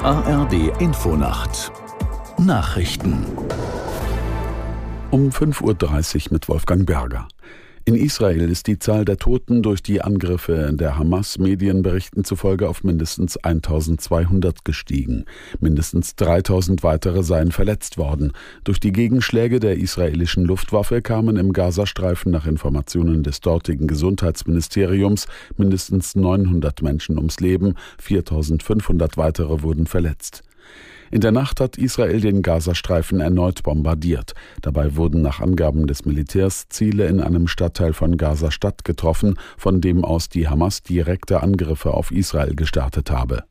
ARD Infonacht Nachrichten um 5:30 Uhr mit Wolfgang Berger. In Israel ist die Zahl der Toten durch die Angriffe der Hamas Medienberichten zufolge auf mindestens 1200 gestiegen. Mindestens 3000 weitere seien verletzt worden. Durch die Gegenschläge der israelischen Luftwaffe kamen im Gazastreifen nach Informationen des dortigen Gesundheitsministeriums mindestens 900 Menschen ums Leben, 4500 weitere wurden verletzt. In der Nacht hat Israel den Gazastreifen erneut bombardiert. Dabei wurden nach Angaben des Militärs Ziele in einem Stadtteil von Gaza-Stadt getroffen, von dem aus die Hamas direkte Angriffe auf Israel gestartet habe.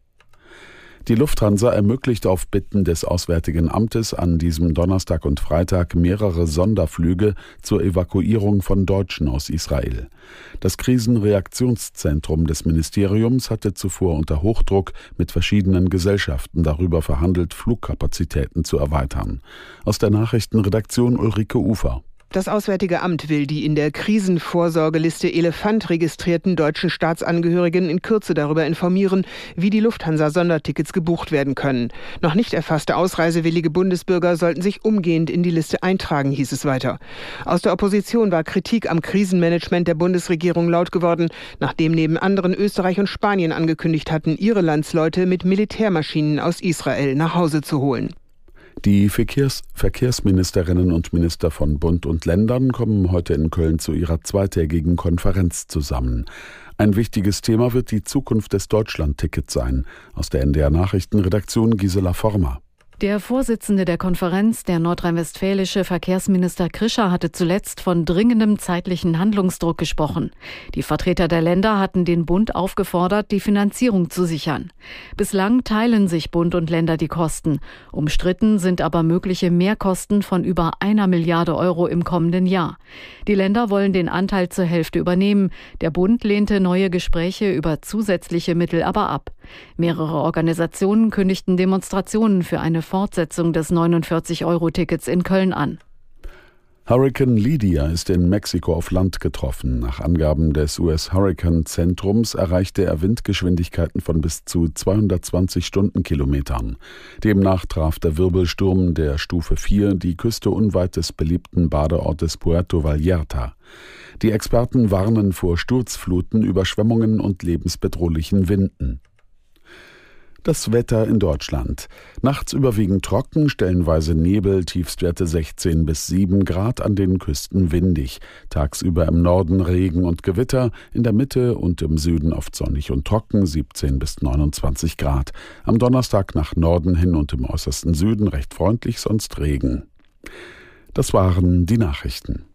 Die Lufthansa ermöglicht auf Bitten des Auswärtigen Amtes an diesem Donnerstag und Freitag mehrere Sonderflüge zur Evakuierung von Deutschen aus Israel. Das Krisenreaktionszentrum des Ministeriums hatte zuvor unter Hochdruck mit verschiedenen Gesellschaften darüber verhandelt, Flugkapazitäten zu erweitern. Aus der Nachrichtenredaktion Ulrike Ufer. Das Auswärtige Amt will die in der Krisenvorsorgeliste Elefant registrierten deutschen Staatsangehörigen in Kürze darüber informieren, wie die Lufthansa-Sondertickets gebucht werden können. Noch nicht erfasste ausreisewillige Bundesbürger sollten sich umgehend in die Liste eintragen, hieß es weiter. Aus der Opposition war Kritik am Krisenmanagement der Bundesregierung laut geworden, nachdem neben anderen Österreich und Spanien angekündigt hatten, ihre Landsleute mit Militärmaschinen aus Israel nach Hause zu holen. Die Verkehrsministerinnen und Minister von Bund und Ländern kommen heute in Köln zu ihrer zweitägigen Konferenz zusammen. Ein wichtiges Thema wird die Zukunft des Deutschland-Tickets sein. Aus der NDR-Nachrichtenredaktion Gisela Former. Der Vorsitzende der Konferenz, der nordrhein-westfälische Verkehrsminister Krischer, hatte zuletzt von dringendem zeitlichen Handlungsdruck gesprochen. Die Vertreter der Länder hatten den Bund aufgefordert, die Finanzierung zu sichern. Bislang teilen sich Bund und Länder die Kosten. Umstritten sind aber mögliche Mehrkosten von über 1 Milliarde Euro im kommenden Jahr. Die Länder wollen den Anteil zur Hälfte übernehmen. Der Bund lehnte neue Gespräche über zusätzliche Mittel aber ab. Mehrere Organisationen kündigten Demonstrationen für eine Fortsetzung des 49-Euro-Tickets in Köln an. Hurrikan Lidia ist in Mexiko auf Land getroffen. Nach Angaben des US-Hurrikan-Zentrums erreichte er Windgeschwindigkeiten von bis zu 220 Stundenkilometern. Demnach traf der Wirbelsturm der Stufe 4 die Küste unweit des beliebten Badeortes Puerto Vallarta. Die Experten warnen vor Sturzfluten, Überschwemmungen und lebensbedrohlichen Winden. Das Wetter in Deutschland. Nachts überwiegend trocken, stellenweise Nebel, Tiefstwerte 16 bis 7 Grad, an den Küsten windig. Tagsüber im Norden Regen und Gewitter, in der Mitte und im Süden oft sonnig und trocken, 17 bis 29 Grad. Am Donnerstag nach Norden hin und im äußersten Süden recht freundlich, sonst Regen. Das waren die Nachrichten.